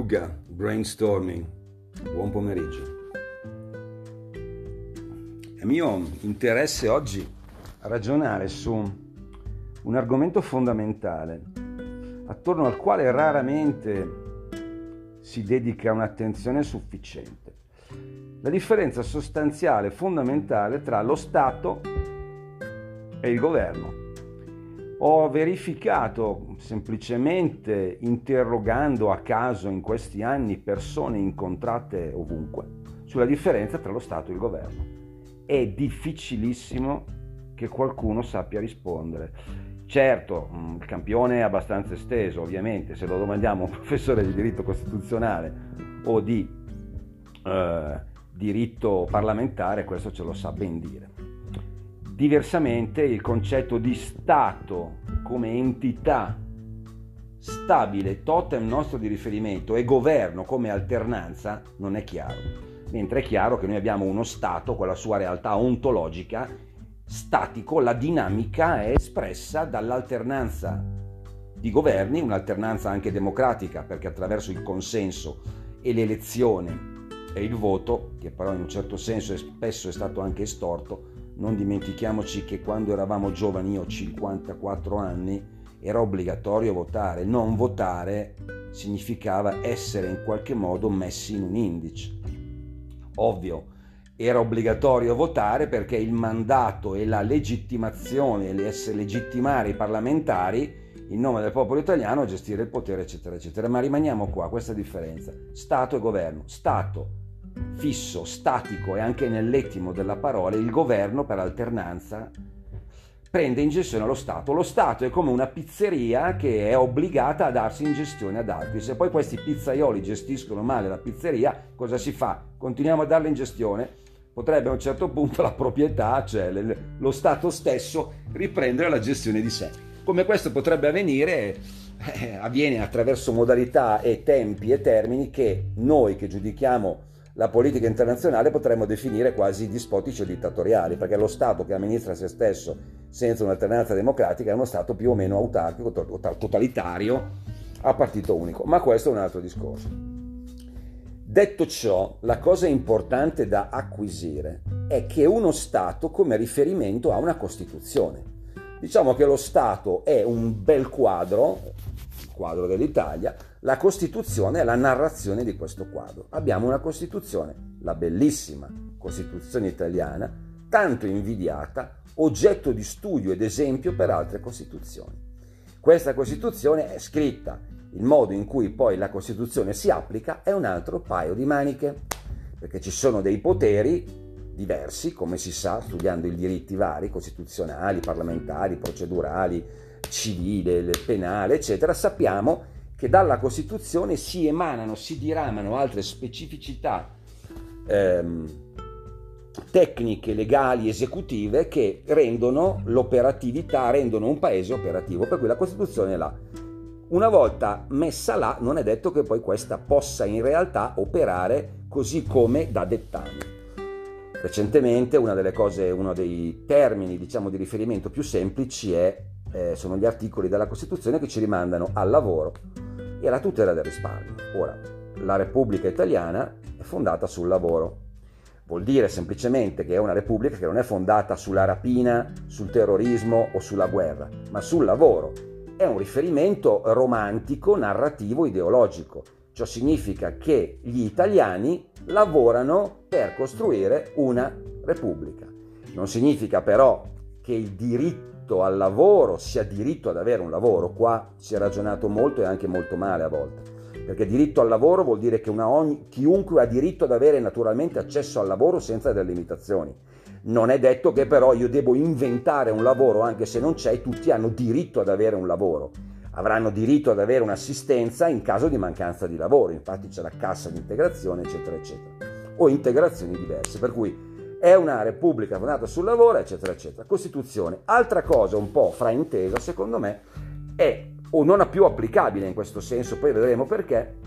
Yoga, brainstorming, buon pomeriggio. È mio interesse oggi ragionare su un argomento fondamentale, attorno al quale raramente si dedica un'attenzione sufficiente. La differenza sostanziale, fondamentale tra lo Stato e il governo. Ho verificato semplicemente interrogando a caso in questi anni persone incontrate ovunque sulla differenza tra lo Stato e il governo. È difficilissimo che qualcuno sappia rispondere. Certo, il campione è abbastanza esteso, ovviamente, se lo domandiamo a un professore di diritto costituzionale o di diritto parlamentare, questo ce lo sa ben dire. Diversamente il concetto di Stato come entità stabile, totem nostro di riferimento, e governo come alternanza non è chiaro, mentre è chiaro che noi abbiamo uno Stato con la sua realtà ontologica, statico, la dinamica è espressa dall'alternanza di governi, un'alternanza anche democratica, perché attraverso il consenso e l'elezione e il voto, che però in un certo senso spesso è stato anche estorto. Non dimentichiamoci che quando eravamo giovani, io ho 54 anni, era obbligatorio votare. Non votare significava essere in qualche modo messi in un indice. Ovvio, era obbligatorio votare perché il mandato e la legittimazione, legittimare i parlamentari in nome del popolo italiano a gestire il potere, eccetera, eccetera. Ma rimaniamo qua, questa differenza. Stato e governo. Stato fisso, statico e anche nell'ettimo della parola, il governo per alternanza prende in gestione lo Stato. Lo Stato è come una pizzeria che è obbligata a darsi in gestione ad altri. Se poi questi pizzaioli gestiscono male la pizzeria, cosa si fa? Continuiamo a darla in gestione? Potrebbe a un certo punto la proprietà, cioè lo Stato stesso, riprendere la gestione di sé. Come questo potrebbe avvenire, avviene attraverso modalità e tempi e termini che noi che giudichiamo la politica internazionale potremmo definire quasi dispotici o dittatoriali, perché lo Stato che amministra se stesso senza un'alternanza democratica è uno Stato più o meno autarchico, totalitario, a partito unico. Ma questo è un altro discorso. Detto ciò, la cosa importante da acquisire è che uno Stato come riferimento ha una Costituzione. Diciamo che lo Stato è un bel quadro, il quadro dell'Italia. La Costituzione è la narrazione di questo quadro. Abbiamo una Costituzione, la bellissima Costituzione italiana, tanto invidiata, oggetto di studio ed esempio per altre Costituzioni. Questa Costituzione è scritta, il modo in cui poi la Costituzione si applica è un altro paio di maniche, perché ci sono dei poteri diversi, come si sa studiando i diritti vari, costituzionali, parlamentari, procedurali, civile, penale, eccetera. Sappiamo che dalla Costituzione si emanano, si diramano altre specificità tecniche, legali, esecutive che rendono l'operatività, rendono un paese operativo, per cui la Costituzione è là. Una volta messa là, non è detto che poi questa possa in realtà operare così come da dettaglio. Recentemente uno dei termini, diciamo, di riferimento più semplici sono gli articoli della Costituzione che ci rimandano al lavoro e alla tutela del risparmio. Ora, la Repubblica Italiana è fondata sul lavoro. Vuol dire semplicemente che è una Repubblica che non è fondata sulla rapina, sul terrorismo o sulla guerra, ma sul lavoro. È un riferimento romantico, narrativo, ideologico. Ciò significa che gli italiani lavorano per costruire una Repubblica. Non significa però che il diritto al lavoro sia diritto ad avere un lavoro. Qua si è ragionato molto e anche molto male a volte, perché diritto al lavoro vuol dire che chiunque ha diritto ad avere naturalmente accesso al lavoro senza delle limitazioni. Non è detto che però io devo inventare un lavoro anche se non c'è, e tutti hanno diritto ad avere un lavoro. Avranno diritto ad avere un'assistenza in caso di mancanza di lavoro, infatti c'è la cassa di integrazione, eccetera, eccetera, o integrazioni diverse, per cui è una Repubblica fondata sul lavoro, eccetera, eccetera. Costituzione. Altra cosa un po' fraintesa, secondo me, è, o non è più applicabile in questo senso, poi vedremo perché,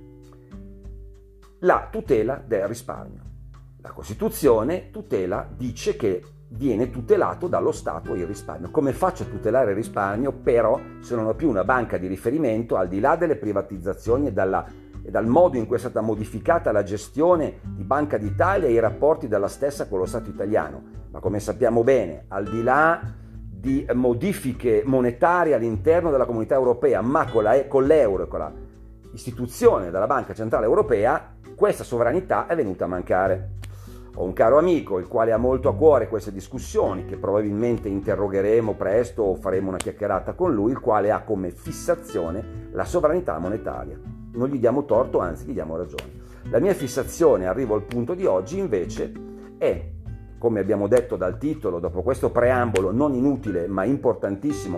la tutela del risparmio. La Costituzione dice che viene tutelato dallo Stato il risparmio. Come faccio a tutelare il risparmio però se non ho più una banca di riferimento al di là delle privatizzazioni e dalla e dal modo in cui è stata modificata la gestione di Banca d'Italia e i rapporti della stessa con lo Stato italiano. Ma come sappiamo bene, al di là di modifiche monetarie all'interno della Comunità Europea, ma con l'euro e con la istituzione della Banca Centrale Europea, questa sovranità è venuta a mancare. Ho un caro amico il quale ha molto a cuore queste discussioni, che probabilmente interrogheremo presto o faremo una chiacchierata con lui, il quale ha come fissazione la sovranità monetaria. Non gli diamo torto, anzi gli diamo ragione. La mia fissazione, arrivo al punto di oggi, invece, è, come abbiamo detto dal titolo, dopo questo preambolo non inutile ma importantissimo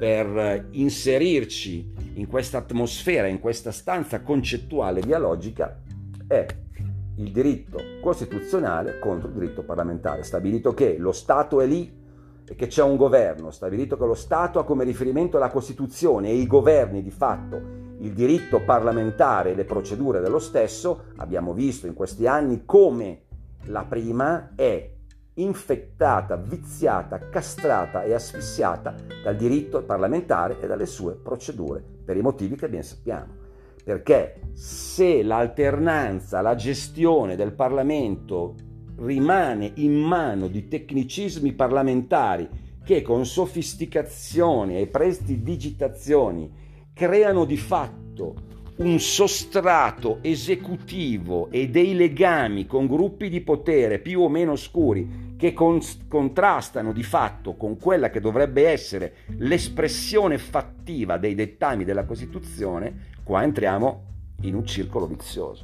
per inserirci in questa atmosfera, in questa stanza concettuale dialogica, è il diritto costituzionale contro il diritto parlamentare. Stabilito che lo Stato è lì e che c'è un governo, stabilito che lo Stato ha come riferimento la Costituzione e i governi di fatto il diritto parlamentare e le procedure dello stesso, abbiamo visto in questi anni come la prima è infettata, viziata, castrata e asfissiata dal diritto parlamentare e dalle sue procedure, per i motivi che ben sappiamo. Perché se l'alternanza, la gestione del Parlamento rimane in mano di tecnicismi parlamentari che con sofisticazione e prestidigitazioni creano di fatto un sostrato esecutivo e dei legami con gruppi di potere più o meno oscuri che contrastano di fatto con quella che dovrebbe essere l'espressione fattiva dei dettami della Costituzione, qua entriamo in un circolo vizioso.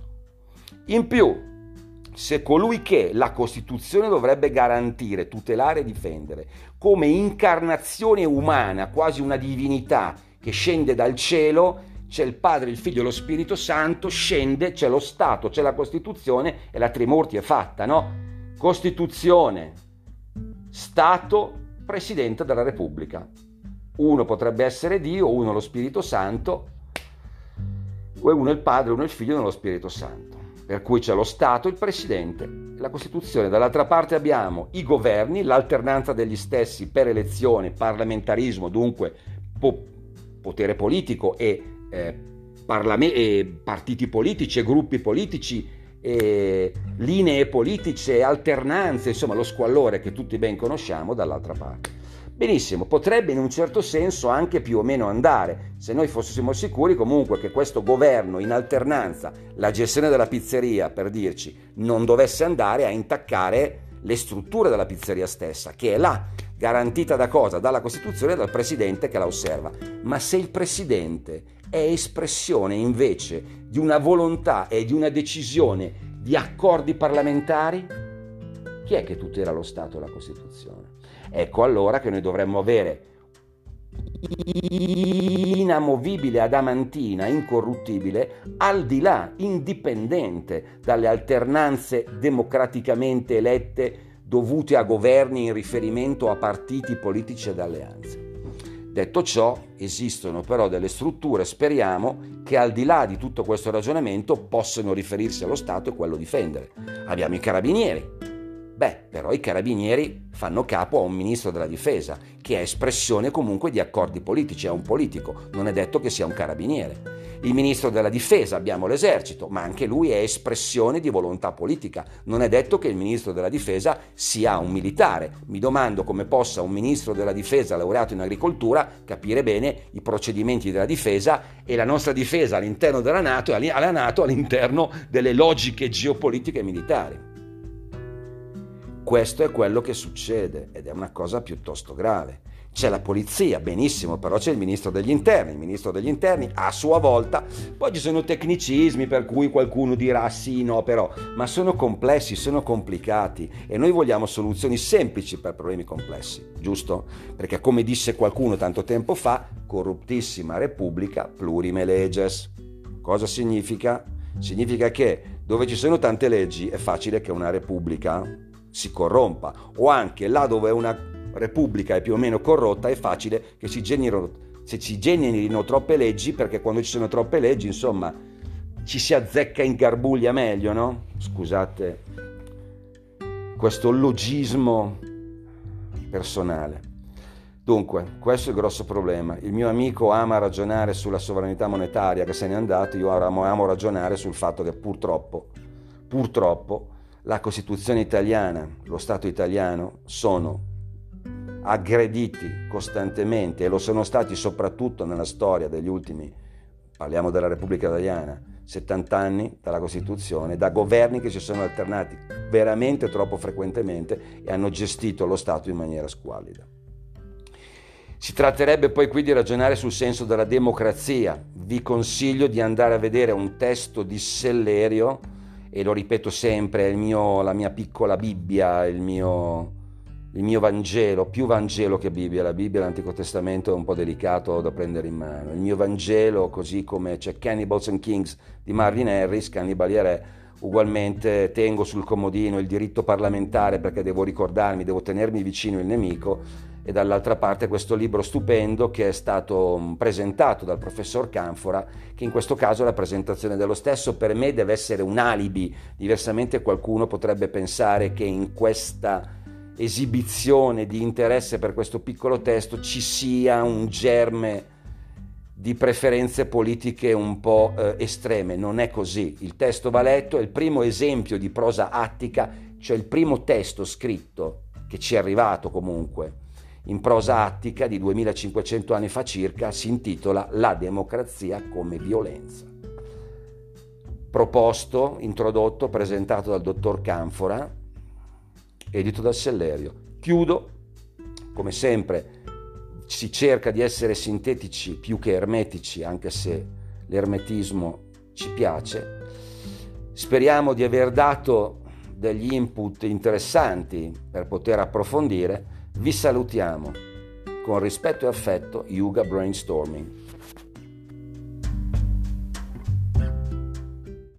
In più, se colui che la Costituzione dovrebbe garantire, tutelare e difendere come incarnazione umana, quasi una divinità che scende dal cielo, c'è il Padre, il Figlio e lo Spirito Santo, scende, c'è lo Stato, c'è la Costituzione e la Trimurti è fatta, no? Costituzione, Stato, Presidente della Repubblica. Uno potrebbe essere Dio, uno lo Spirito Santo, o uno è il Padre, uno è il Figlio e uno è lo Spirito Santo. Per cui c'è lo Stato, il Presidente e la Costituzione. Dall'altra parte abbiamo i governi, l'alternanza degli stessi per elezione, parlamentarismo, dunque potere politico e partiti politici e gruppi politici, linee politiche, alternanze, insomma lo squallore che tutti ben conosciamo dall'altra parte. Benissimo, potrebbe in un certo senso anche più o meno andare, se noi fossimo sicuri comunque che questo governo in alternanza, la gestione della pizzeria per dirci, non dovesse andare a intaccare le strutture della pizzeria stessa, che è là, garantita da cosa? Dalla Costituzione e dal Presidente che la osserva. Ma se il Presidente è espressione invece di una volontà e di una decisione di accordi parlamentari, chi è che tutela lo Stato e la Costituzione? Ecco allora che noi dovremmo avere inamovibile, adamantina, incorruttibile, al di là, indipendente dalle alternanze democraticamente elette dovute a governi in riferimento a partiti politici ed alleanze. Detto ciò, esistono però delle strutture, speriamo, che al di là di tutto questo ragionamento possano riferirsi allo Stato e quello difendere. Abbiamo i carabinieri. Però i carabinieri fanno capo a un ministro della difesa, che è espressione comunque di accordi politici, è un politico, non è detto che sia un carabiniere. Il ministro della difesa, abbiamo l'esercito, ma anche lui è espressione di volontà politica, non è detto che il ministro della difesa sia un militare. Mi domando come possa un ministro della difesa laureato in agricoltura capire bene i procedimenti della difesa e la nostra difesa all'interno della NATO e alla NATO all'interno delle logiche geopolitiche e militari. Questo è quello che succede ed è una cosa piuttosto grave. C'è la polizia, benissimo, però c'è il ministro degli interni. Il ministro degli interni a sua volta, poi ci sono tecnicismi per cui qualcuno dirà sì, no, però, ma sono complessi, sono complicati e noi vogliamo soluzioni semplici per problemi complessi, giusto? Perché come disse qualcuno tanto tempo fa, corruptissima repubblica plurime leges. Cosa significa? Significa che dove ci sono tante leggi è facile che una repubblica si corrompa, o anche là dove una repubblica è più o meno corrotta è facile che si generino troppe leggi, perché quando ci sono troppe leggi insomma ci si azzecca in garbuglia meglio, no? Scusate questo logismo personale. Dunque, questo è il grosso problema. Il mio amico ama ragionare sulla sovranità monetaria che se n'è andato, io amo ragionare sul fatto che purtroppo, la Costituzione italiana, lo Stato italiano sono aggrediti costantemente e lo sono stati soprattutto nella storia degli ultimi, parliamo della Repubblica Italiana, 70 anni dalla Costituzione, da governi che si sono alternati veramente troppo frequentemente e hanno gestito lo Stato in maniera squallida. Si tratterebbe poi qui di ragionare sul senso della democrazia. Vi consiglio di andare a vedere un testo di Sellerio, e lo ripeto sempre, è la mia piccola Bibbia, il mio Vangelo, più Vangelo che Bibbia. La Bibbia, l'Antico Testamento, è un po' delicato da prendere in mano. Il mio Vangelo, così come c'è Cannibals and Kings di Marvin Harris, Cannibali e Re, ugualmente tengo sul comodino il diritto parlamentare perché devo ricordarmi, devo tenermi vicino il nemico, e dall'altra parte questo libro stupendo che è stato presentato dal professor Canfora, che in questo caso la presentazione dello stesso per me deve essere un alibi. Diversamente qualcuno potrebbe pensare che in questa esibizione di interesse per questo piccolo testo ci sia un germe di preferenze politiche un po' estreme. Non è così. Il testo va letto, è il primo esempio di prosa attica, cioè il primo testo scritto che ci è arrivato comunque in prosa attica di 2500 anni fa circa, si intitola La democrazia come violenza. Proposto, introdotto, presentato dal dottor Canfora, edito da Sellerio. Chiudo, come sempre si cerca di essere sintetici più che ermetici, anche se l'ermetismo ci piace. Speriamo di aver dato degli input interessanti per poter approfondire. Vi salutiamo con rispetto e affetto, Yuga Brainstorming.